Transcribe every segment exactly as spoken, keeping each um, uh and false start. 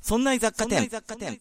そんな雑貨店。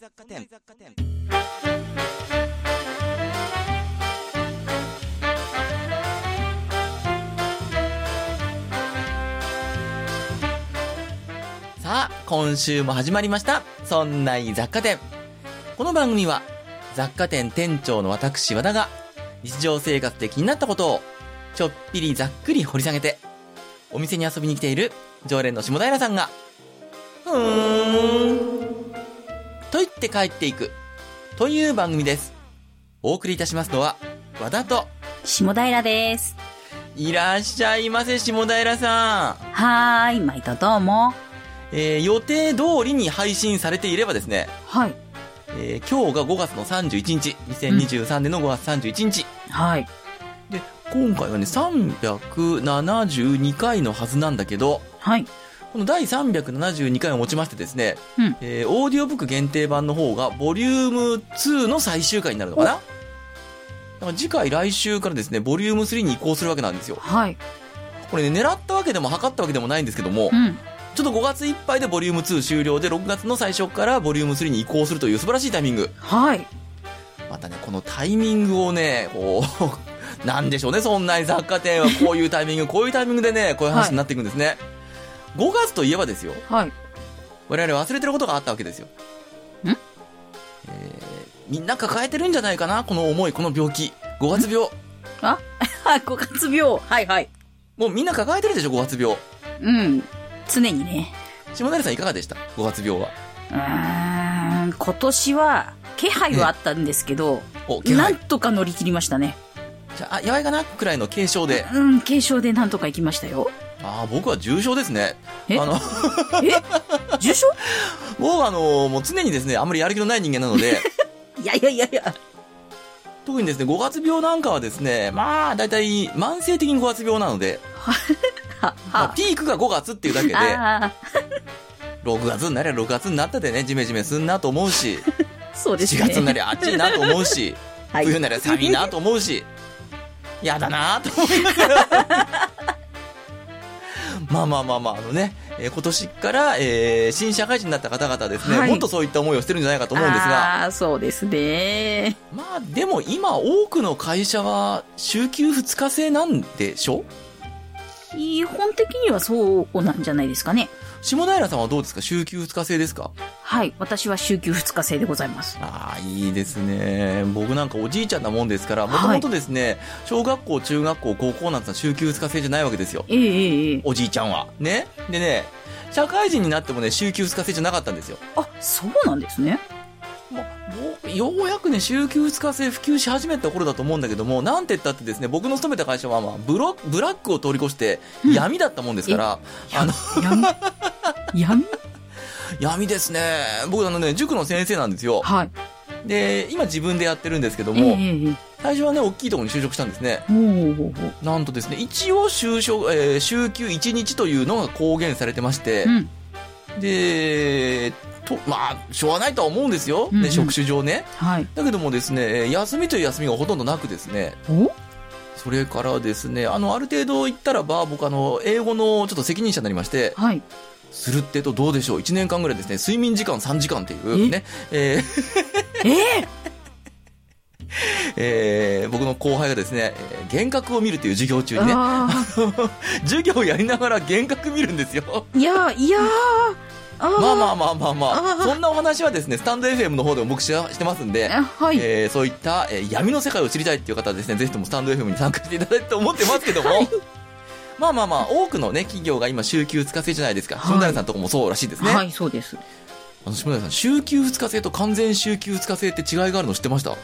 さあ、今週も始まりました。そんな雑貨店。この番組は雑貨店店長の私和田が日常生活で気になったことをちょっぴりざっくり掘り下げて、お店に遊びに来ている常連の下平さんがふーんと言って帰っていくという番組です。お送りいたしますのは和田と下平です。 いらっしゃいませ、下平さん。 はーい、毎度どうも。 えー、予定通りに配信されていればですね、 はい、 えー、今日がごがつのさんじゅういちにち、にせんにじゅうさんねんのごがつさんじゅういちにち、 うん、はい。 で、今回はねさんびゃくななじゅうにかいのはずなんだけど、 はい、 このだいさんびゃくななじゅうにかいをもちましてですね、 うん、 えー、オーディオブック限定版の方がボリュームツーの最終回になるのかな。だから次回来週からですねボリュームスリーに移行するわけなんですよ。 はい。 これね、狙ったわけでも測ったわけでもないんですけども、うん、ちょっとごがついっぱいでボリュームツー終了でろくがつの最初からボリュームスリーに移行するという素晴らしいタイミング。 はい。 またね、このタイミングをね、こうなんでしょうね、そんな雑貨店はこういうタイミングこういうタイミングでね、こういう話になっていくんですね。はい、ごがつといえばですよ、はい、我々忘れてることがあったわけですよ。ん、えー、みんな抱えてるんじゃないかな、この思い、この病気、ごがつ病。 あごがつ病。はいはい。 もうみんな抱えてるでしょ、ごがつ病。 うん、常にね。 下平さんいかがでした、ごがつ病は。 うーん、今年は気配はあったんですけど、なんとか乗り切りましたね。 じゃあ、やばいかなくらいの軽症で。 うん、軽症でなんとか行きましたよ。 ああ、僕は重症ですね。 えあのえ重症僕はあのもう常にですね、あんまりやる気のない人間なのでいやいやいやいや、 特にですね、ごがつ病なんかはですね、まあだいたい慢性的にごがつ病なのでまあ、ピークがごがつっていうだけでろくがつになりゃろくがつになったでね、ジメジメすんなと思うしそうですね、 しがつになりゃ暑いなと思うし、はい、冬になりゃ寒いなと思うしやだなと思いながらまあまあまあまあ、あのね、えー、今年から、えー、新社会人になった方々ですね、はい、もっとそういった思いをしてるんじゃないかと思うんですが。 あ、そうですね。 まあでも今多くの会社は週休ふつか制なんでしょ。 基本的にはそうなんじゃないですかね。 下平さんはどうですか、週休ふつか制ですか。 はい、私は週休ふつか制でございます。 ああ、いいですね。僕なんかおじいちゃんなもんですから、もともとですね、はい、小学校中学校高校なんて週休ふつか制じゃないわけですよ。 ええええ、 おじいちゃんはね。でね、社会人になってもね週休ふつか制じゃなかったんですよ。 あ、そうなんですね。 まあ、ようやくね週休ふつか制普及し始めた頃だと思うんだけども、なんて言ったってですね、僕の勤めた会社は、まあ、ブロブラックを通り越して闇だったもんですから、うん、あの闇闇闇ですね。僕あのね塾の先生なんですよ。 はい。 で今自分でやってるんですけども、えー、最初はね大きいところに就職したんですね。なんとですね、一応就職、えー、週休いちにちというのが公言されてまして、うん、でとまあしょうがないとは思うんですよ、うんうん、ね、職種上ね、はい、だけどもですね、休みという休みがほとんどなくですね、それからですね、あのある程度言ったらば僕あの英語のちょっと責任者になりまして、はい、するってとどうでしょう、いちねんかんぐらいですね、睡眠時間さんじかんっていうね、えー、えーえー、僕の後輩がですね、えー、幻覚を見るという授業中にね授業をやりながら幻覚見るんですよ。いやいやまあまあまあまあまあ、そんなお話はですねスタンド エフエム の方でも僕してますんで、はい、えー、そういった、えー、闇の世界を知りたいっていう方はですね、ぜひともスタンド エフエム に参加していただいてと思ってますけども、はい、まあまあまあ多くのね企業が今週休ふつか制じゃないですか。下平さんのとこもそうらしいですね。 はい、そうです。 あの下平さん、週休ふつか制と完全週休ふつか制って違いがあるの知ってました？ん？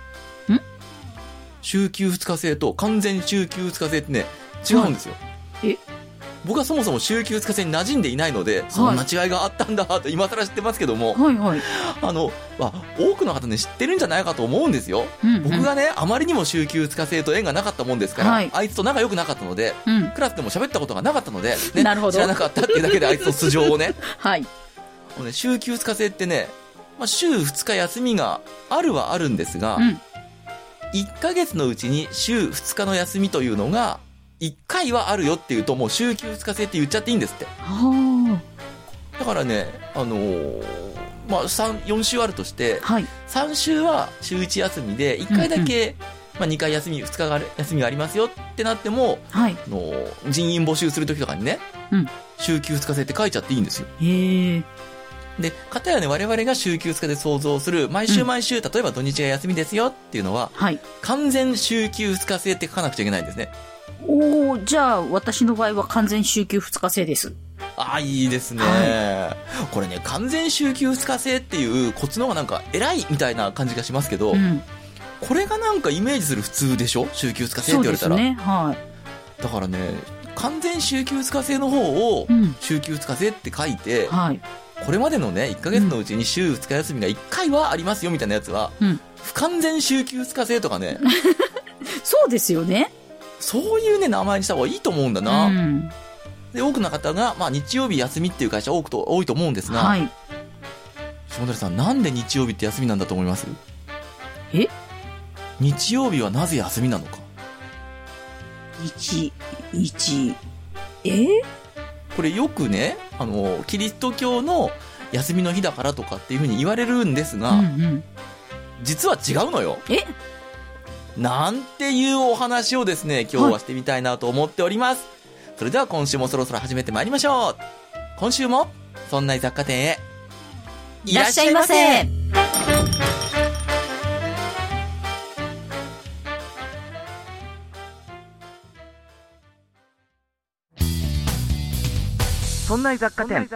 週休ふつか制と完全週休ふつか制ってね違うんですよ。はい、え僕はそもそも週休ふつか制に馴染んでいないので、そんな違いがあったんだと今更知ってますけども、はいはい、あの、まあ、多くの方ね知ってるんじゃないかと思うんですよ、うんうん、僕がねあまりにも週休ふつか制と縁がなかったもんですから、はい、あいつと仲良くなかったので、うん、クラスでも喋ったことがなかったので、ね、なるほど、知らなかったっていうだけであいつの素性をね、はい、もうね週休ふつか制ってね、まあ、週ふつか休みがあるはあるんですが、うん、いっかげつのうちに週ふつかの休みというのがいっかいはあるよっていうと、もう週休ふつか制って言っちゃっていいんですって。はあ。だからね、あのー、 まあ、さん、よん週あるとして、 はい、 さん週は週いち休みで、いっかいだけ、うんうん、まあ、にかい休み、ふつかが休みがありますよってなっても、 はい、 の人員募集するときとかにね、 うん、 週休ふつか制って書いちゃっていいんですよ。 へー。 で、かたやね、我々が週休ふつかで想像する、毎週毎週、うん、例えば土日が休みですよっていうのは、 はい、 完全週休ふつか制って書かなくちゃいけないんですね。 おー、じゃあ私の場合は完全週休ふつか制です。 ああ、いいですね、はい、これね、完全週休ふつか制っていう、こっちの方がなんか偉いみたいな感じがしますけど、うん、これがなんかイメージする普通でしょ、週休ふつか制って言われたら。 そうですね、はい。 だからね、完全週休ふつか制の方を、週休ふつか制って書いて、 うん、はい、 これまでのね、いっかげつのうちに週ふつか休みがいっかいはありますよみたいなやつは、うん、不完全週休ふつか制とかね。 そうですよね。 そういうね、名前にした方がいいと思うんだな。 うん、 で、多くの方が、まあ、日曜日休みっていう会社多くと、多いと思うんですが、 はい。 下谷さん、なんで日曜日って休みなんだと思います？ え？ 日曜日はなぜ休みなのか。 日、日、え？ これよくね、あの、キリスト教の休みの日だからとかっていうふうに言われるんですが、 うんうん、 実は違うのよ。 え？ なんていうお話をですね、今日はしてみたいなと思っております。はい、それでは今週もそろそろ始めてまいりましょう。今週も、そんな雑貨店へ、 いらっしゃいませ。 そんな雑貨店。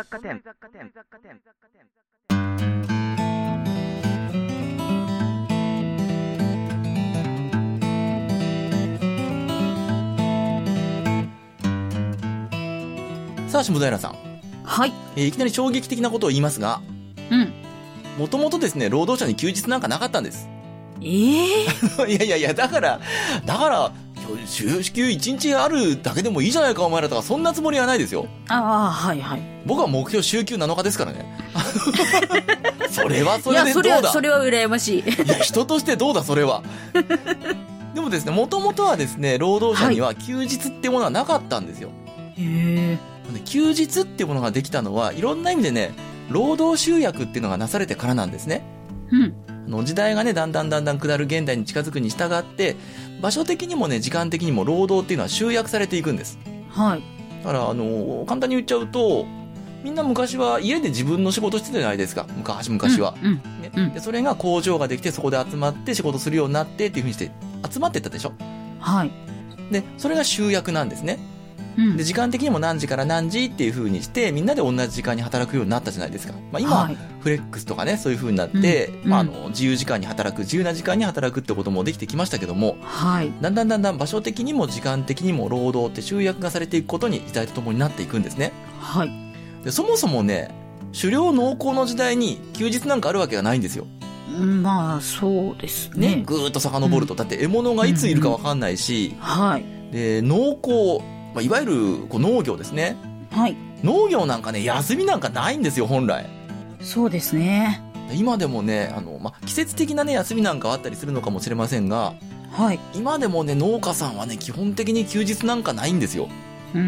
さあ、下平さん。 はい、 えー。いきなり衝撃的なことを言いますが、 うん。 もともとですね、労働者に休日なんかなかったんです。 ええー、いやいやいや、だから、だから、週休いちにちあるだけでもいいじゃないかお前らとか、そんなつもりはないですよ。 ああ、はいはい。 僕は目標週休なのかですからね。それはそれでどうだ。 いや、それは、それは羨ましい。 いや、人としてどうだ、それは。でもですね、もともとはですね、労働者には休日ってものはなかったんですよ。 へえ。 休日っていうものができたのは、いろんな意味でね、労働集約っていうのがなされてからなんですね。 うん。 あの時代がね、だんだんだんだん下る現代に近づくに従って、場所的にもね、時間的にも労働っていうのは集約されていくんです。 はい。 だから、あの、簡単に言っちゃうと、みんな昔は家で自分の仕事してたじゃないですか。昔、昔は。 うんうんねうん、 でそれが工場ができて、そこで集まって仕事するようになってっていうふうにして、集まっていったでしょ。 はい。 で、それが集約なんですね。 うん、 で時間的にも何時から何時っていう風にしてみんなで同じ時間に働くようになったじゃないですか、まあ、今、はい、フレックスとかねそういう風になって、うんまあ、あの自由時間に働く自由な時間に働くってこともできてきましたけども、 はい、 だんだんだんだん場所的にも時間的にも労働って集約がされていくことに時代とともになっていくんですね、 はい、 でそもそもね狩猟農耕の時代に休日なんかあるわけがないんですよ。 まあそうですね。 ねぐーっと遡ると、うん、だって獲物がいついるか分かんないし、 うんうん、はい、 で農耕まあ、いわゆるこう農業ですね、 はい、 農業なんかね休みなんかないんですよ本来。 そうですね。 今でもねあの、まあ、季節的なね休みなんかはあったりするのかもしれませんが、 はい、 今でもね農家さんはね基本的に休日なんかないんですよ、 うん、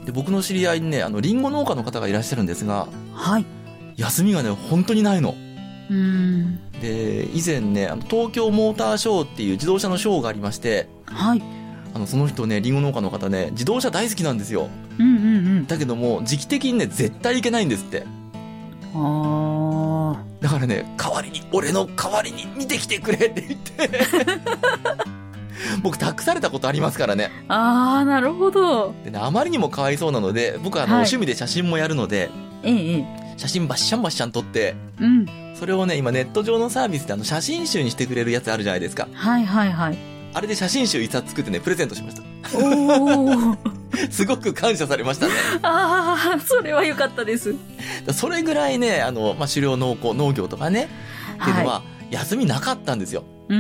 で僕の知り合いにねあのリンゴ農家の方がいらっしゃるんですが、 はい、 休みがね本当にないの。 うんで以前ねあの東京モーターショーっていう自動車のショーがありまして、 はい、 あのその人ねリンゴ農家の方ね自動車大好きなんですよ、 うんうんうん、 だけども時期的にね絶対行けないんですって。 あだからね代わりに俺の代わりに見てきてくれって言って僕託されたことありますからね。 ああなるほど。 で、ね、あまりにもかわいそうなので僕はあの、はい、趣味で写真もやるので、 ええ、 写真バッシャンバッシャン撮って、 うん、 それをね今ネット上のサービスであの写真集にしてくれるやつあるじゃないですか。 はいはいはい。 あれで写真集一冊作ってねプレゼントしました。 おすごく感謝されましたね。 ああそれは良かったです。 それぐらいねあの、まあ、狩猟農耕農業とかね、はい、っていうのは休みなかったんですよ。 うん、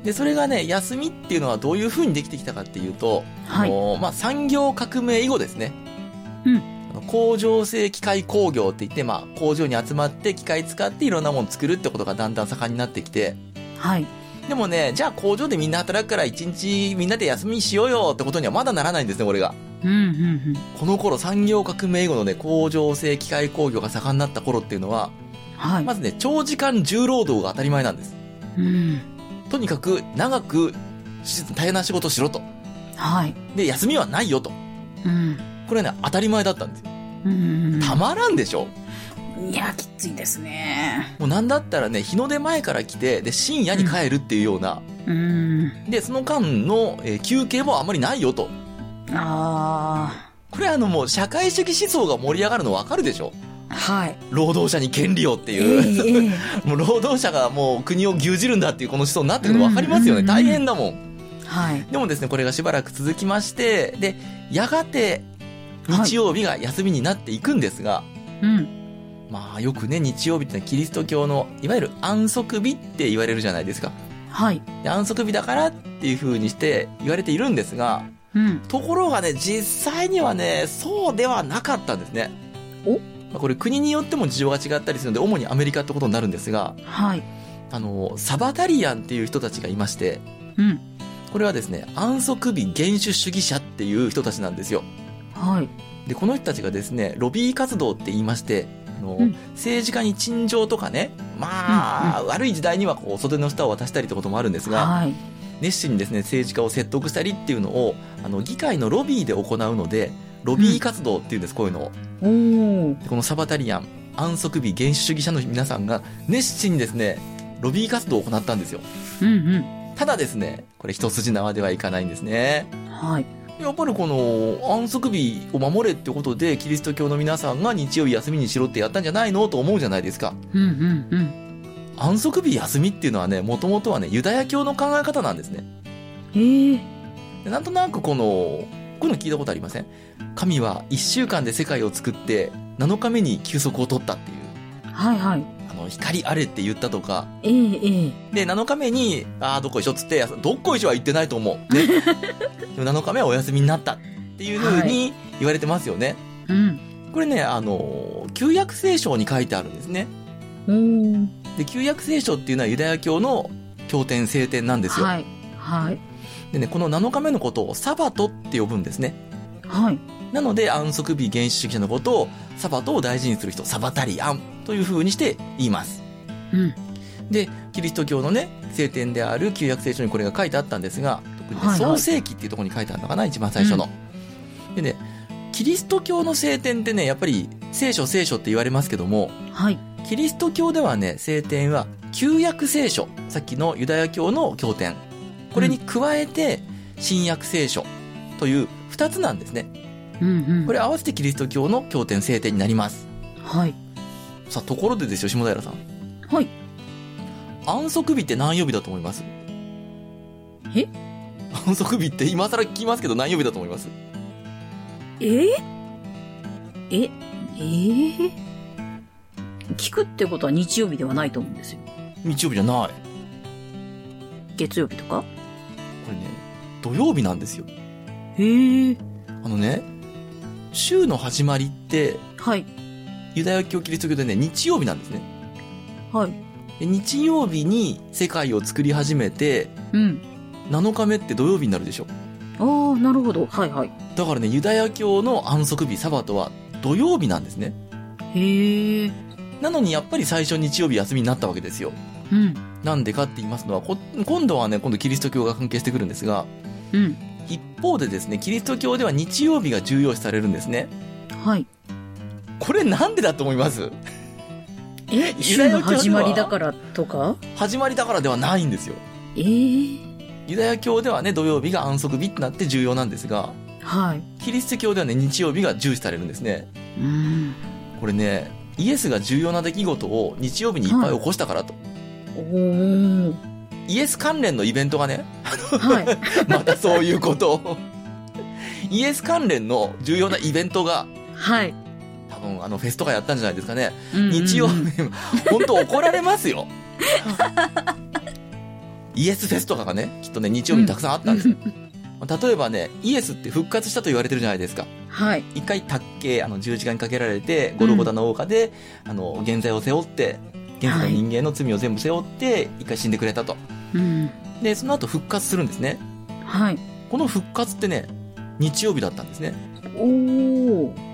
でそれがね休みっていうのはどういう風にできてきたかっていうと、 はい、 あのまあ、産業革命以後ですね、 うん、 工場制機械工業って言って、まあ、工場に集まって機械使っていろんなもの作るってことがだんだん盛んになってきて、 はい、 でもねじゃあ工場でみんな働くから一日みんなで休みしようよってことにはまだならないんですねこれが、 うんうんうん、 この頃産業革命後のね工場制機械工業が盛んになった頃っていうのは、 はい、 まずね、長時間重労働が当たり前なんです。 うん、 とにかく長く大変な仕事をしろと。 はい。 で、休みはないよと。 うん、 これね、当たり前だったんですよ。 うん、 たまらんでしょ。 いや、きついですね。 もうなんだったらね、日の出前から来て、で、深夜に帰るっていうような。 うん、 で、その間の、えー、休憩もあまりないよと。 ああ。 これあのもう社会主義思想が盛り上がるの分かるでしょ。 はい。 労働者に権利をっていう、えー、もう労働者がもう国を牛耳るんだっていうこの思想になってるの分かりますよね、うんうんうん、大変だもん。 はい。 でもですね、これがしばらく続きまして、で、やがて日曜日が休みになっていくんですが、 はい、うん。 まあよくね、日曜日ってキリスト教のいわゆる安息日って言われるじゃないですか。 はい。 で、安息日だからっていう風にして言われているんですが、 うん、 ところがね、実際にはね、そうではなかったんですね。 お、 まあ、これ国によっても事情が違ったりするので、主にアメリカってことになるんですが、 はい。 あの、サバタリアンっていう人たちがいまして、 うん。 これはですね、安息日厳守主義者っていう人たちなんですよ。 はい。 で、この人たちがですね、ロビー活動って言いまして、あの、うん、政治家に陳情とかね、まあ、うんうん、悪い時代にはこう袖の下を渡したりってこともあるんですが、 はい、 熱心にですね、政治家を説得したりっていうのを、あの、議会のロビーで行うので、ロビー活動っていうんです、うん、こういうのを。 おこのサバタリアン、安息日厳守主義者の皆さんが熱心にですね、ロビー活動を行ったんですよ。 うんうん。 ただですね、これ一筋縄ではいかないんですね。 はい。 やっぱりこの安息日を守れってことで、キリスト教の皆さんが日曜日休みにしろってやったんじゃないのと思うじゃないですか。 うんうんうん。 安息日休みっていうのはね、もともとはね、ユダヤ教の考え方なんですね。 へえ。 なんとなくこの、こういうの聞いたことありません？神はいっしゅうかんで世界を作ってなのかめに休息を取ったっていう。 はいはい。 あの、光あれって言ったとか。 ええええ。 で、なのかめに、ああ、どっこいしょっつって、どっこいしょは言ってないと思う。ね。でもなのかめはお休みになったっていう風に言われてますよね。 はい、うん。 これね、あの、旧約聖書に書いてあるんですね。 うん。 で、旧約聖書っていうのはユダヤ教の経典、聖典なんですよ。 はい。はい。 でね、このなのかめのことをサバトって呼ぶんですね。 はい。 なので、安息日原始主義者のことを、サバトを大事にする人、サバタリアンという風にして言います。 うん。 で、キリスト教のね、聖典である旧約聖書にこれが書いてあったんですが、特にね、創世記っていうところに書いてあるのかな、一番最初の、うん。でね、キリスト教の聖典ってね、やっぱり聖書聖書って言われますけども、 はい。 キリスト教ではね、聖典は旧約聖書、さっきのユダヤ教の経典、これに加えて新約聖書という二つなんですね。 うんうん、 これ合わせてキリスト教の経典聖典になります。 はい。 さあ、ところでですよ、下平さん。 はい。 安息日って何曜日だと思います？ え？ 安息日って今更聞きますけど何曜日だと思います？ えー、え、えー、聞くってことは日曜日ではないと思うんですよ。 日曜日じゃない。 月曜日とか？これね、土曜日なんですよ。 へえ。 あのね、週の始まりって、 はい。 ユダヤ教、キリスト教でね、日曜日なんですね。 はい。 で、日曜日に世界を作り始めて、 うん。 なのかめって土曜日になるでしょ。 ああ、なるほど。はいはい。 だからね、ユダヤ教の安息日、サバトは土曜日なんですね。 へえ。 なのにやっぱり最初日曜日休みになったわけですよ。 うん。 なんでかって言いますのは、こ今度はね、今度キリスト教が関係してくるんですが、 うん。 一方でですね、キリスト教では日曜日が重要視されるんですね。 はい。 これなんでだと思います？ え、週の始まりだからとか？ 始まりだからではないんですよ。 えー、 ユダヤ教ではね、土曜日が安息日ってなって重要なんですが、 はい。 キリスト教ではね、日曜日が重視されるんですね。 うん。 これね、イエスが重要な出来事を日曜日にいっぱい起こしたからと。はい、 おー。 イエス関連のイベントがね、 はい、 またそういうことをイエス関連の重要なイベントが、 はい、 多分あのフェスとかやったんじゃないですかね。 うんうんうん、 日曜日本当怒られますよイエスフェスとかがね、きっとね、日曜日にたくさんあったんですよ、うん、例えばね、イエスって復活したと言われてるじゃないですか。 はい。 一回卓形、あの十字架にかけられてゴルゴタの丘で、うん、あの現在を背負って現在の人間の罪を全部背負って一回死んでくれたと、 うん、 でその後復活するんですね。 はい。 この復活ってね、日曜日だったんですね。 おー。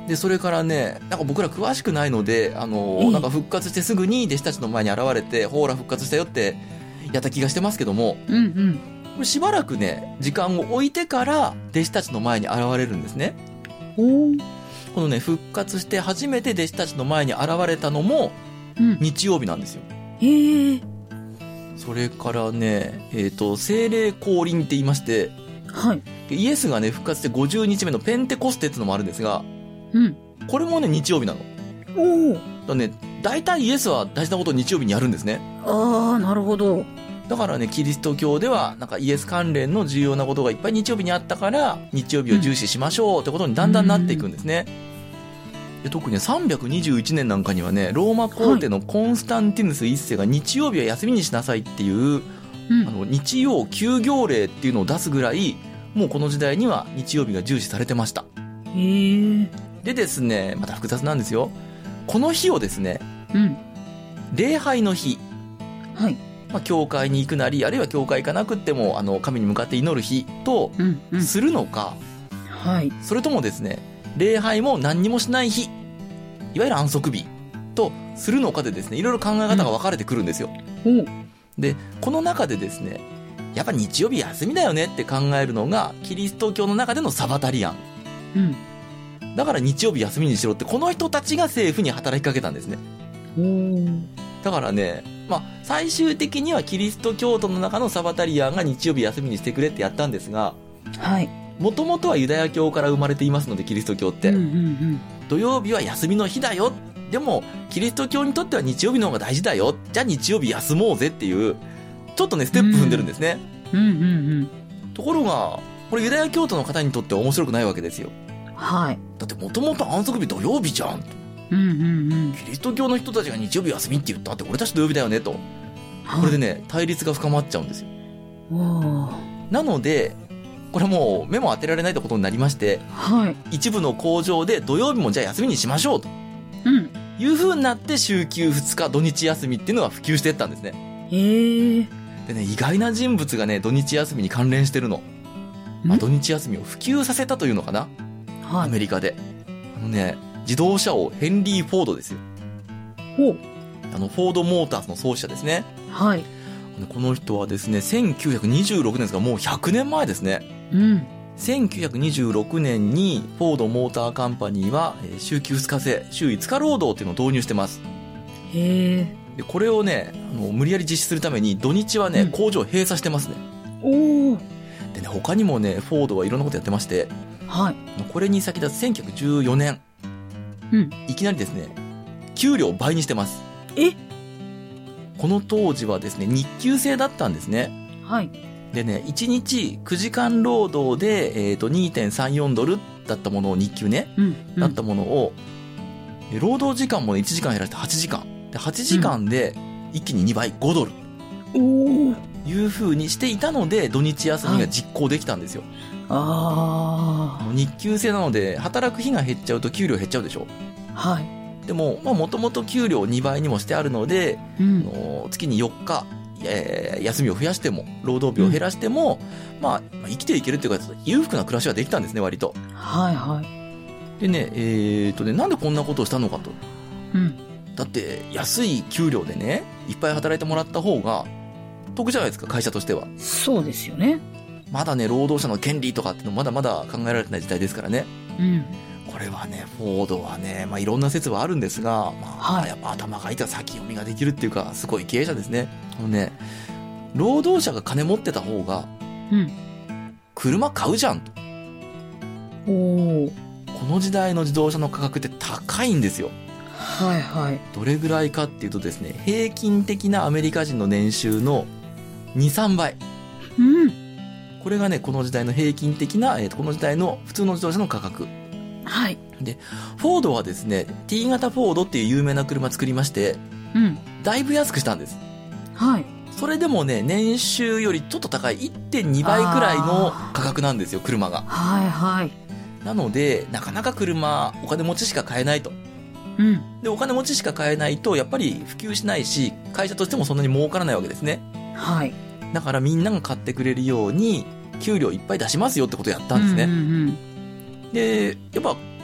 でそれからね、なんか僕ら詳しくないので、あのなんか復活してすぐに弟子たちの前に現れて、ほーら復活したよってやった気がしてますけども、 うんうん、 これしばらくね時間を置いてから弟子たちの前に現れるんですね。 おこのね復活して初めて弟子たちの前に現れたのも日曜日なんですよ。 うん、へえ。 それからね、えっと聖霊降臨って言いまして、 はい、 イエスがね復活してごじゅうにちめのペンテコステっていうのもあるんですが、 うん、 これもね日曜日なの。 おお。 だね、大体イエスは大事なことを日曜日にやるんですね。 ああ、なるほど。 だからねキリスト教ではなんかイエス関連の重要なことがいっぱい日曜日にあったから、日曜日を重視しましょうってことにだんだんなっていくんですね。うん、で特にねさんびゃくにじゅういちねんなんかにはね、ローマ皇帝のコンスタンティヌスいっせいが日曜日は休みにしなさいっていう、うん、あの日曜休業令っていうのを出すぐらい、もうこの時代には日曜日が重視されてました。 へえ。 でですね、また複雑なんですよ。この日をですね、 うん、 礼拝の日、 はい、 まあ、教会に行くなり、あるいは教会行かなくってもあの神に向かって祈る日とするのか、 うんうん、はい、 それともですね礼拝も何にもしない日、いわゆる安息日とするのかでですね、いろいろ考え方が分かれてくるんですよ。 うん、 でこの中でですね、やっぱ日曜日休みだよねって考えるのがキリスト教の中でのサバタリアン、 うん、 だから日曜日休みにしろってこの人たちが政府に働きかけたんですね。だからね、まあ、最終的にはキリスト教徒の中のサバタリアンが日曜日休みにしてくれってやったんですが、もともとはユダヤ教から生まれていますので、キリスト教って、うんうんうん、土曜日は休みの日だよ、でもキリスト教にとっては日曜日の方が大事だよ、じゃあ日曜日休もうぜっていうちょっとねステップ踏んでるんですね、 うんうんうんうん、 ところがこれユダヤ教徒の方にとっては面白くないわけですよ。 はい、 だってもともと安息日土曜日じゃんと、 うんうんうん、 キリスト教の人たちが日曜日休みって言ったって俺たち土曜日だよねと、これでね対立が深まっちゃうんですよ。なのでこれもう目も当てられないってことになりまして、 はい、 一部の工場で土曜日もじゃあ休みにしましょうと、 うん、 いう風になって週休ふつか土日休みっていうのが普及していったんですね。 へえ。 でね、意外な人物がね土日休みに関連してるの、まあ、土日休みを普及させたというのかな、はい、アメリカであのね自動車王ヘンリー・フォードですよ。 ほう。 あのフォードモーターズの創始者ですね。 はい。 この人はですねせんきゅうひゃくにじゅうろくねんですからもうひゃくねんまえですね。 うん。 せんきゅうひゃくにじゅうろくねんにフォードモーターカンパニーは週休ふつか制、週いつか労働っていうのを導入してます。 へえ。 でこれをねあの無理やり実施するために土日はね、うん、工場を閉鎖してますね。 おお。 でね他にもねフォードはいろんなことやってまして、 はい、 これに先立つせんきゅうひゃくじゅうよねん、 うん、 いきなりですね給料を倍にしてます。 えこの当時はですね日給制だったんですね。 はい。 でねいちにちくじかん労働で、えー、と にてんさんよん ドルだったものを日給ね、うんうん、だったものを労働時間も、ね、いちじかん減らしてはちじかんではちじかんで一気ににばいごドル、 うん、おいう風にしていたので土日休みが実行できたんですよ。 はい、 あ日給制なので働く日が減っちゃうと給料減っちゃうでしょ。 はい。 でももともと給料にばいにもしてあるので、うん、の月によっか、えー、休みを増やしても労働日を減らしても、うんまあ、まあ生きていけるっていうか裕福な暮らしはできたんですね割と。 はいはい。 でねえー、っとねなんでこんなことをしたのかと、 うん、 だって安い給料でねいっぱい働いてもらった方が得じゃないですか会社としては。 そうですよね。 まだね労働者の権利とかっていうのまだまだ考えられてない時代ですからね、 うん、 これはねフォードはね、まあ、いろんな説はあるんですが、まあはい、やっぱ頭がいいと先読みができるっていうかすごい経営者ですね。あのね労働者が金持ってた方が、 うん、 車買うじゃんと。 おこの時代の自動車の価格って高いんですよ。 はいはい。 どれぐらいかっていうとですね平均的なアメリカ人の年収の にさんばい、 うん、 これがねこの時代の平均的な、えー、この時代の普通の自動車の価格。 はい。 でフォードはですね T 型フォードっていう有名な車作りまして、 うん、 だいぶ安くしたんです。 はい。 それでもね年収よりちょっと高い いってんにばいくらいの価格なんですよ車が。 はいはい。 なのでなかなか車お金持ちしか買えないと、 うん、 でお金持ちしか買えないとやっぱり普及しないし会社としてもそんなに儲からないわけですね。 はい。 だからみんなが買ってくれるように給料いっぱい出しますよってことをやったんですね、 うんうんうん、 でやっぱ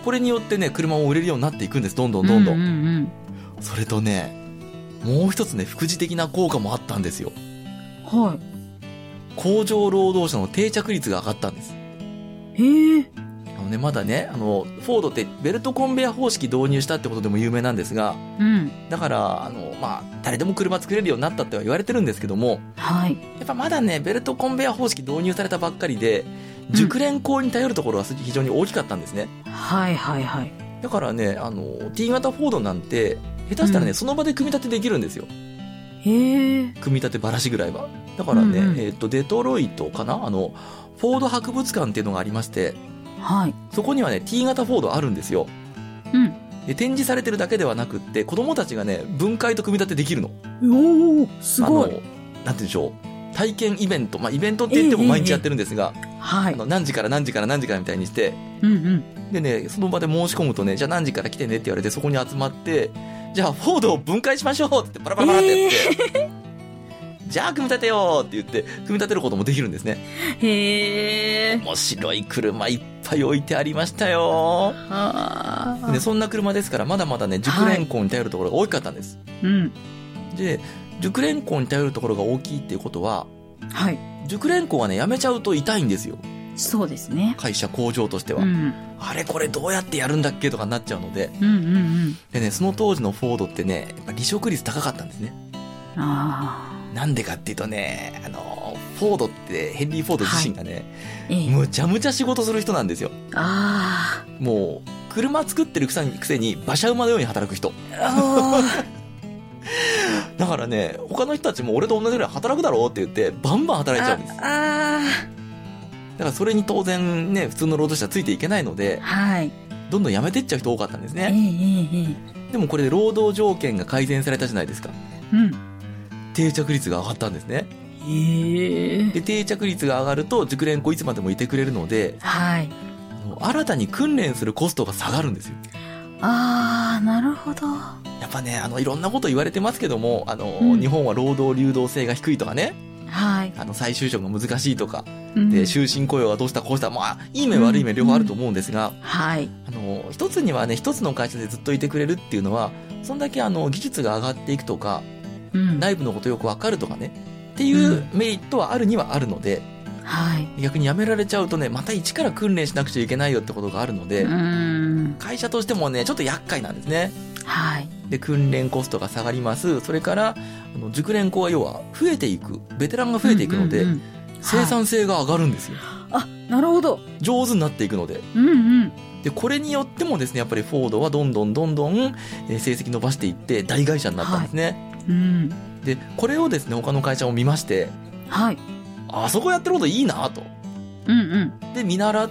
これによってね、車も売れるようになっていくんです。どんどんどんどん。 うんうんうん、それとね、もう一つね、副次的な効果もあったんですよ。 はい。 工場労働者の定着率が上がったんです。 へえ。 あのね、まだね、あの、フォードってベルトコンベヤ方式導入したってことでも有名なんですが、 うん。 だから、あの、まあ、誰でも車作れるようになったっては言われてるんですけども、 はい。 やっぱまだね、ベルトコンベヤ方式導入されたばっかりで、熟練工に頼るところは非常に大きかったんですね。 うん、はいはいはい。 だからね、あの、T 型フォードなんて、下手したらね、うん、その場で組み立てできるんですよ。 へえ。 組み立てばらしぐらいは。だからね、 うんうん、 えっと、デトロイトかな、あの、フォード博物館っていうのがありまして、 はい。 そこにはね、T 型フォードあるんですよ。 うん。 で、展示されてるだけではなくって、子供たちがね、分解と組み立てできるの。 おー、すごい。 あの、なんて言うんでしょう。体験イベント。まあ、イベントって言っても毎日やってるんですが、 えーえー、はい。 あの、何時から何時から何時からみたいにして、 うんうん。 でね、その場で申し込むとね、じゃあ何時から来てねって言われて、そこに集まって、じゃあフォードを分解しましょうってパラパラパラってやって、えーじゃあ組み立てようって言って組み立てることもできるんですね。 へー。 面白い車いっぱい置いてありましたよ。 はで、ね、そんな車ですからまだまだね熟練工に頼るところが大きかったんです。 はい、うん。 で、熟練工に頼るところが大きいっていうことは、 はい。 熟練工がね辞めちゃうと痛いんですよ。 そうですね。 会社工場としては、 うん、 あれこれどうやってやるんだっけとかになっちゃうので、 うんうんうん。 でね、その当時のフォードってね、やっぱ離職率高かったんですね。 ああ。 なんでかっていうとね、あの、フォードって、ヘンリー・フォード自身がね、 はい、 むちゃむちゃ仕事する人なんですよ。 ああ。 もう、車作ってるくせに馬車馬のように働く人。 あだからね、他の人たちも俺と同じぐらい働くだろうって言って、バンバン働いちゃうんです。 ああ。 だからそれに当然ね、普通の労働者はついていけないので、 はい。 どんどん辞めてっちゃう人多かったんですね。 ええええ。 でもこれで労働条件が改善されたじゃないですか。 うん。 定着率が上がったんですね。 へえ。 で、定着率が上がると熟練工いつまでもいてくれるので、 はい。 新たに訓練するコストが下がるんですよ。 あー、なるほど。 やっぱね、あの、いろんなこと言われてますけども、あの、 うん、 日本は労働流動性が低いとかね。 はい。 あの、再就職が難しいとか。 うん、 で、終身雇用がどうしたこうした。まあ、いい面悪い面両方あると思うんですが、 うんうん、はい。 あの、一つにはね、一つの会社でずっといてくれるっていうのは、そんだけあの、技術が上がっていくとか、うん、内部のことよくわかるとかね、っていうメリットはあるにはあるので、 はい。 逆に辞められちゃうとね、また一から訓練しなくちゃいけないよってことがあるので、 うん、 会社としてもね、ちょっと厄介なんですね。 はい。 で、訓練コストが下がります。それから、あの熟練工は要は増えていく。ベテランが増えていくので、うんうんうん、生産性が上がるんですよ。 はい、あ、なるほど。 上手になっていくので。 うんうん。 で、これによってもですね、やっぱりフォードはどんどんどんどん成績伸ばしていって大会社になったんですね。はい、 うん。 で、これをですね、他の会社を見まして、 はい。 あそこやってることいいなと。 うんうん。 で、見習って、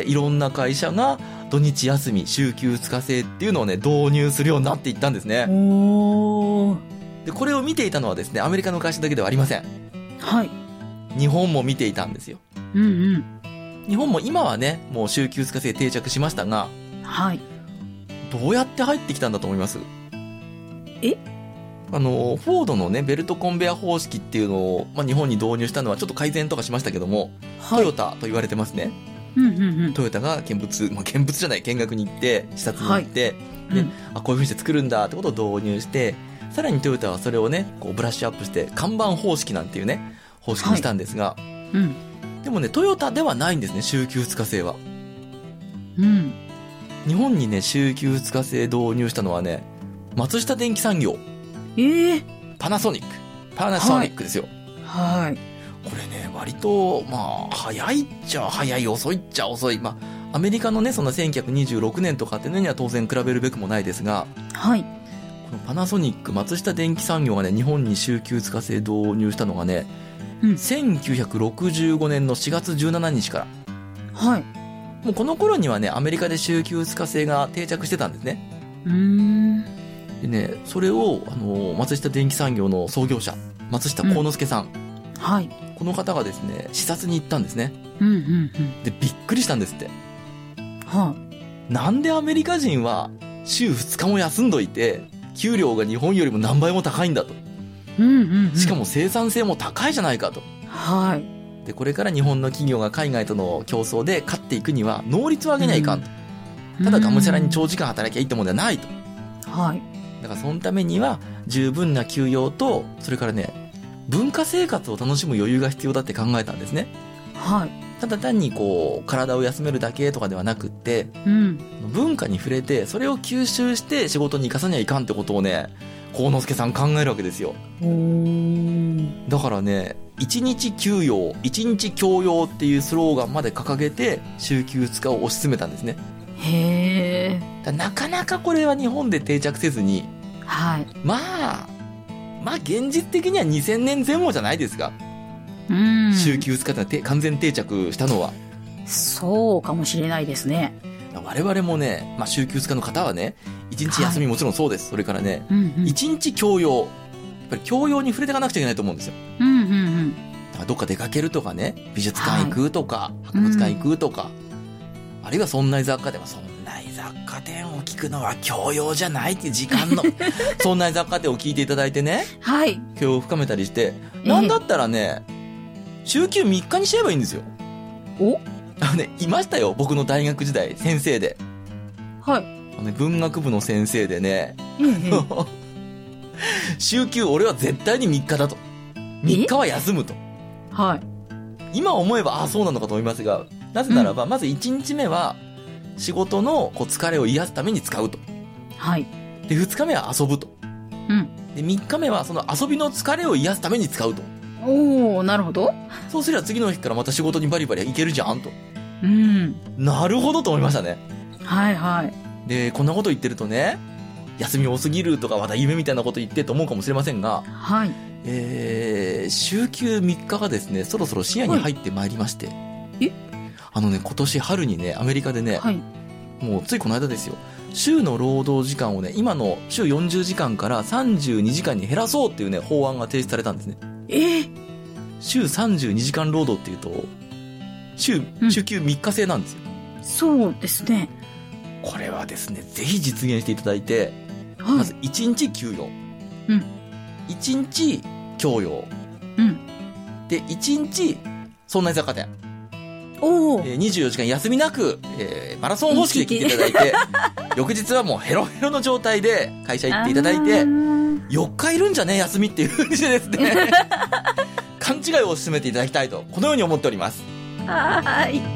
いろんな会社が土日休み、週休ふつか制っていうのをね、導入するようになっていったんですね。 おー。 で、これを見ていたのはですね、アメリカの会社だけではありません。 はい。 日本も見ていたんですよ。 うんうん。 日本も今はね、もう週休ふつか制定着しましたが、 はい。 どうやって入ってきたんだと思います？ え？ あの、フォードのね、ベルトコンベヤ方式っていうのを、まあ、日本に導入したのはちょっと改善とかしましたけども、はい、トヨタと言われてますね。 うんうんうん、 トヨタが見物、まあ、見物じゃない、見学に行って、視察に行って、はい、で、うん、あ、こういう風にして作るんだってことを導入して、さらにトヨタはそれをね、こうブラッシュアップして、看板方式なんていうね、方式にしたんですが、はい、うん、でもね、トヨタではないんですね、週休ふつか制は。 うん。 日本にね、週休ふつか制導入したのはね、松下電器産業。 えー、 パナソニック。パナソニックですよ。 はい。はい、 これね、割と、まあ、早いっちゃ早い、遅いっちゃ遅い。まあ、アメリカのね、そのせんきゅうひゃくにじゅうろくねんとかっていうのには当然比べるべくもないですが、 はい。 このパナソニック、松下電器産業がね、日本に週休ふつか制導入したのがね、うん、せんきゅうひゃくろくじゅうごねんのしがつじゅうしちにちから。 はい。 もうこの頃にはね、アメリカで週休ふつか制が定着してたんですね。 うーん。 でね、それを、あの、松下電器産業の創業者、松下幸之助さん。うん、 はい。 この方がですね、視察に行ったんですね。 うんうんうん。 で、びっくりしたんですって。 はあ、なんでアメリカ人は週ふつかも休んどいて、給料が日本よりも何倍も高いんだと。 うんうんうん。 しかも生産性も高いじゃないかと。 はい。 で、これから日本の企業が海外との競争で勝っていくには能率を上げないかんと。 うただがむしゃらに長時間働きゃいいってもんではないと。 はい。 だからそのためには十分な休養と、それからね、文化生活を楽しむ余裕が必要だって考えたんですね。 はい。 ただ単にこう体を休めるだけとかではなくって、 うん、 文化に触れてそれを吸収して仕事に生かさにはいかんってことをね、幸之助さん考えるわけですよ。 おー。 だからね、一日休養、一日教養っていうスローガンまで掲げて週休ふつかを推し進めたんですね。 へー。 だなかなかこれは日本で定着せずに、 はい。 まあまあ現実的にはにせんねんぜん後じゃないですか。 うん、 週休ふつかって完全定着したのは。 そうかもしれないですね。 我々もね、まあ、週休ふつかの方はね、一日休みもちろんそうです。はい、それからね、 うんうん、 一日教養。やっぱり教養に触れていかなくちゃいけないと思うんですよ。 うんうんうん、 だからどっか出かけるとかね、美術館行くとか、はい、博物館行くとか、うん、あるいはそんな雑貨店は、そんな雑貨店を聞くのは教養じゃないっていう時間の、そんな雑貨店を聞いていただいてね、 はい、 教養を深めたりして、なんだったらね、えー週休みっかにしちゃえばいいんですよ。 おあのね、いましたよ、僕の大学時代、先生で。 はい。 あのね、文学部の先生でね、 ええ、 週休俺は絶対にみっかだと。みっかは休むと。 はい。 今思えば、ああ、そうなのかと思いますが、なぜならば、うん、まずいちにちめは、仕事のこう疲れを癒すために使うと。 はい。 で、ふつかめは遊ぶと。 うん。 で、みっかめはその遊びの疲れを癒すために使うと。 おー、なるほど。 そうすれば次の日からまた仕事にバリバリ行けるじゃんと。 うん。 なるほどと思いましたね。 はいはい。 で、こんなこと言ってるとね、休み多すぎるとかまた夢みたいなこと言ってと思うかもしれませんが、 はい。 えー、週休みっかがですね、そろそろ視野に入ってまいりまして。はい、 えあのね、今年春にね、アメリカでね、 はい、 もうついこの間ですよ、週の労働時間をね、今の週よんじゅうじかんからさんじゅうにじかんに減らそうっていうね、法案が提出されたんですね。 えー、 週さんじゅうにじかん労働っていうと、週、週休みっか制なんですよ。 うん、そうですね。 これはですね、ぜひ実現していただいて、 はい、 まずいちにち休養。 うん。 いちにち教養。 うん。 で、いちにち、そんな雑貨店。 おー。 えー、にじゅうよじかん休みなく、えー、マラソン方式で聞いていただいて、翌日はもうヘロヘロの状態で会社行っていただいて、よっかいるんじゃね休みっていう風にしてですね、勘違いを進めていただきたいと、このように思っております。 はーい。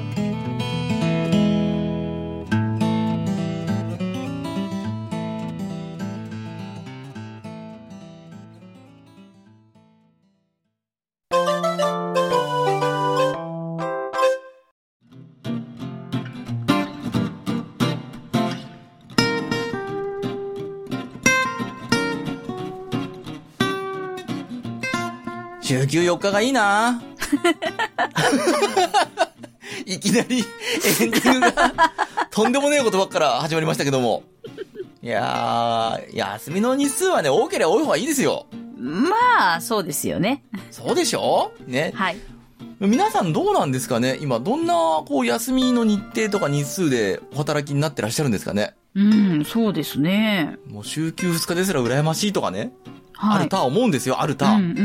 週休よっかがいいないきなりエンディングがとんでもねえことばっから始まりましたけども。いやー、休みの日数はね、多ければ多い方がいいですよ。 まあ、そうですよね。 そうでしょね。 はい。 皆さんどうなんですかね、今、どんな、こう、休みの日程とか日数でお働きになってらっしゃるんですかね。 うん、そうですね。 もう週休ふつかですら羨ましいとかね。 はい、 あるとは思うんですよ、あるとは。 うんうんうん。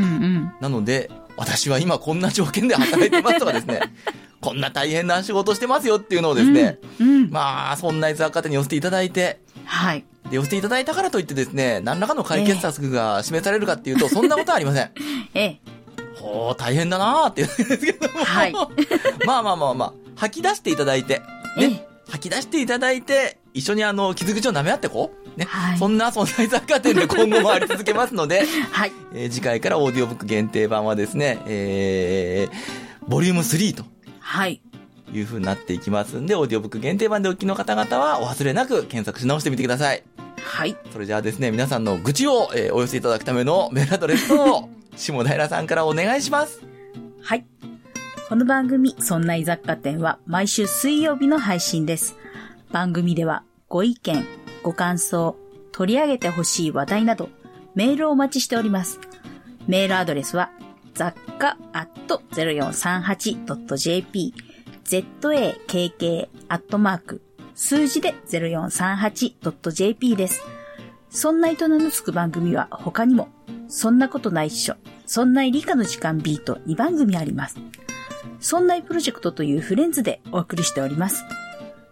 なので、私は今こんな条件で働いてますとかですね、こんな大変な仕事してますよっていうのをですね、 うんうん、 まあ、そんな雑貨店に寄せていただいて、 はい。 で、寄せていただいたからといってですね、何らかの解決策が示されるかっていうと、えー、そんなことはありません。 ええ。 ほー、大変だなーって言うんですけども。 はい。 まあまあまあまあ、吐き出していただいて、ね。吐き出していただいて、一緒にあの、傷口を舐め合ってこう。ね。はい、そんな、そんな雑貨店で今後もあり続けますので、 はい。 えー、次回からオーディオブック限定版はですね、えー、ボリュームスリーと。 はい。 いう風になっていきますんで、オーディオブック限定版でお聞きの方々はお忘れなく検索し直してみてください。 はい。 それじゃあですね、皆さんの愚痴を、えー、お寄せいただくためのメールアドレスを、下平さんからお願いします。 はい。この番組、そんな雑貨店は毎週水曜日の配信です。番組ではご意見、ご感想、取り上げてほしい話題など、メールをお待ちしております。メールアドレスは、雑貨 アットゼロよんさんはちドットジェーピー、ザック アットマーク、数字で ゼロよんさんはちドットジェーピー です。そんないと名の付く番組は他にも、そんなことないっしょ、そんない理科の時間 B とにばん組あります。そんないプロジェクトというフレンズでお送りしております。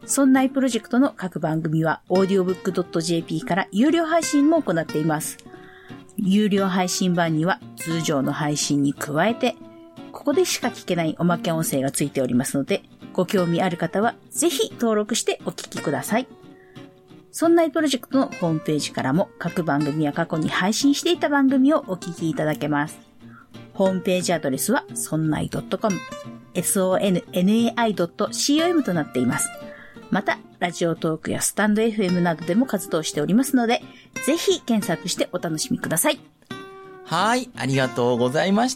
そんないプロジェクトの各番組は オーディオブックドットジェーピー から有料配信も行っています。有料配信版には通常の配信に加えて、ここでしか聞けないおまけ音声がついておりますので、ご興味ある方はぜひ登録してお聞きください。そんないプロジェクトのホームページからも各番組や過去に配信していた番組をお聞きいただけます。ホームページアドレスは ソンナイドットコム、ソンナイドットコム となっています。また、ラジオトークやスタンド エフエム などでも活動しておりますので、ぜひ検索してお楽しみください。 はい、ありがとうございました。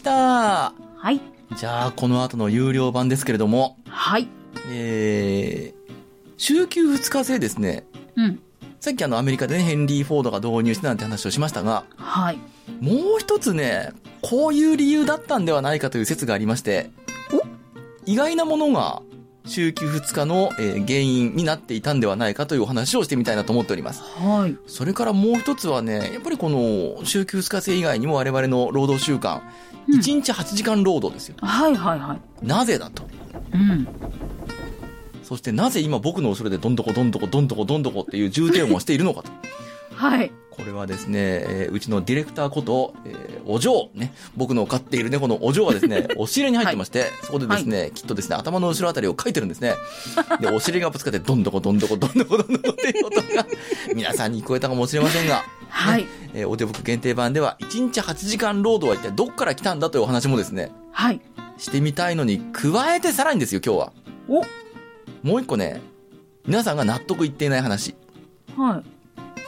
はい。 じゃあ、この後の有料版ですけれども。 はい。 えー、週休ふつか制ですね。 うん。 さっきあのアメリカでね、ヘンリー・フォードが導入してなんて話をしましたが。 はい。 もう一つね、こういう理由だったんではないかという説がありまして。 お？ 意外なものが、週休ふつかの、えー、原因になっていたんではないかというお話をしてみたいなと思っております。 はい。 それからもう一つはね、やっぱりこの週休ふつか制以外にも我々の労働習慣、うん、いちにちはちじかん労働ですよ。 はいはいはい。 なぜだと。 うん。 そしてなぜ今僕の後ろでどんどこどんどこどんどこどんどこっていう重点をしているのかと。 はい。 これはですね、えー、うちのディレクターこと、えー、お嬢、ね、僕の飼っている猫のお嬢がですね、お尻に入ってまして、はい、そこでですね、はい、きっとですね、頭の後ろあたりをかいてるんですね。で、お尻がぶつかって、どんどこどんどこどんどこどんどこっていう音が、皆さんに聞こえたかもしれませんが、 はい。 ね、えー、オーディオブック限定版では、いちにちはちじかん労働は一体どっから来たんだというお話もですね、 はい。 してみたいのに、加えてさらにですよ、今日は。 おもう一個ね、皆さんが納得いっていない話。 はい。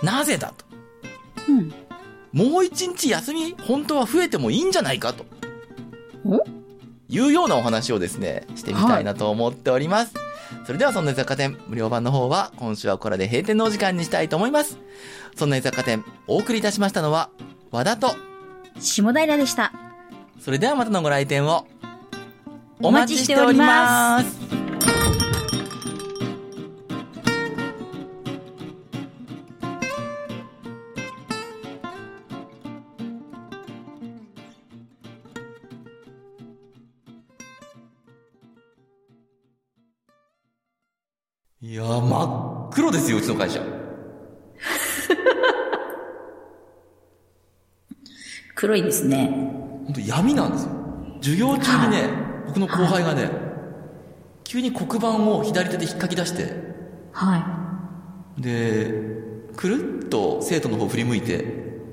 なぜだと。 うん。 もう一日休み、本当は増えてもいいんじゃないかと。 おいうようなお話をですね、してみたいなと思っております。はい、それでは、そんな雑貨店、無料版の方は、今週はこれで閉店のお時間にしたいと思います。そんな雑貨店、お送りいたしましたのは、和田と、 下平でした。 それではまたのご来店を、お待ちしております。いやー、真っ黒ですよ、うちの会社。 黒いですね。 ほんと闇なんですよ。授業中にね、僕の後輩がね、急に黒板を左手で引っかき出して、 はい。 で、くるっと生徒の方振り向いて、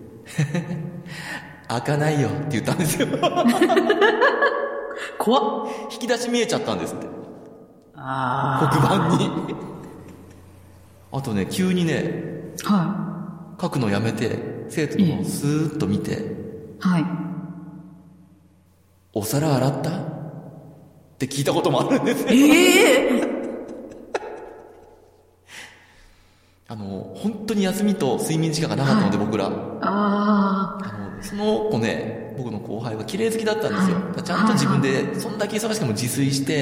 開かないよって言ったんですよ。 怖っ。 引き出し見えちゃったんですって。 あ黒板に。あとね、急にね、 はい。 書くのやめて、生徒の方をスーッと見て、 はい。 お皿洗ったって聞いたこともあるんですよ。 ええー、 あの、本当に休みと睡眠時間がなかったので、はい、僕ら。 ああ。 あの、その子ね、僕の後輩は綺麗好きだったんですよ。はい、ちゃんと自分で、そんだけ忙しくても自炊して、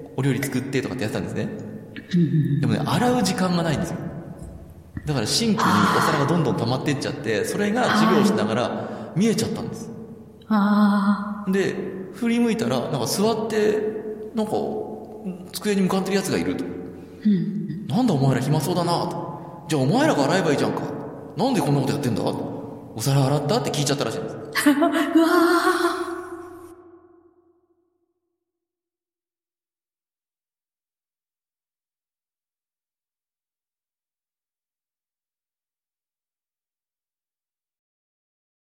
お料理作ってとかってやってたんですね。でもね、洗う時間がないんですよ。だからシンクにお皿がどんどん溜まっていっちゃって、それが授業しながら見えちゃったんです。 あで、振り向いたら、なんか座って、なんか、机に向かってる奴がいると。 うん、 なんだお前ら暇そうだなと。じゃあお前らが洗えばいいじゃんか。なんでこんなことやってんだと。お皿洗ったって聞いちゃったらしいんです。 うわー。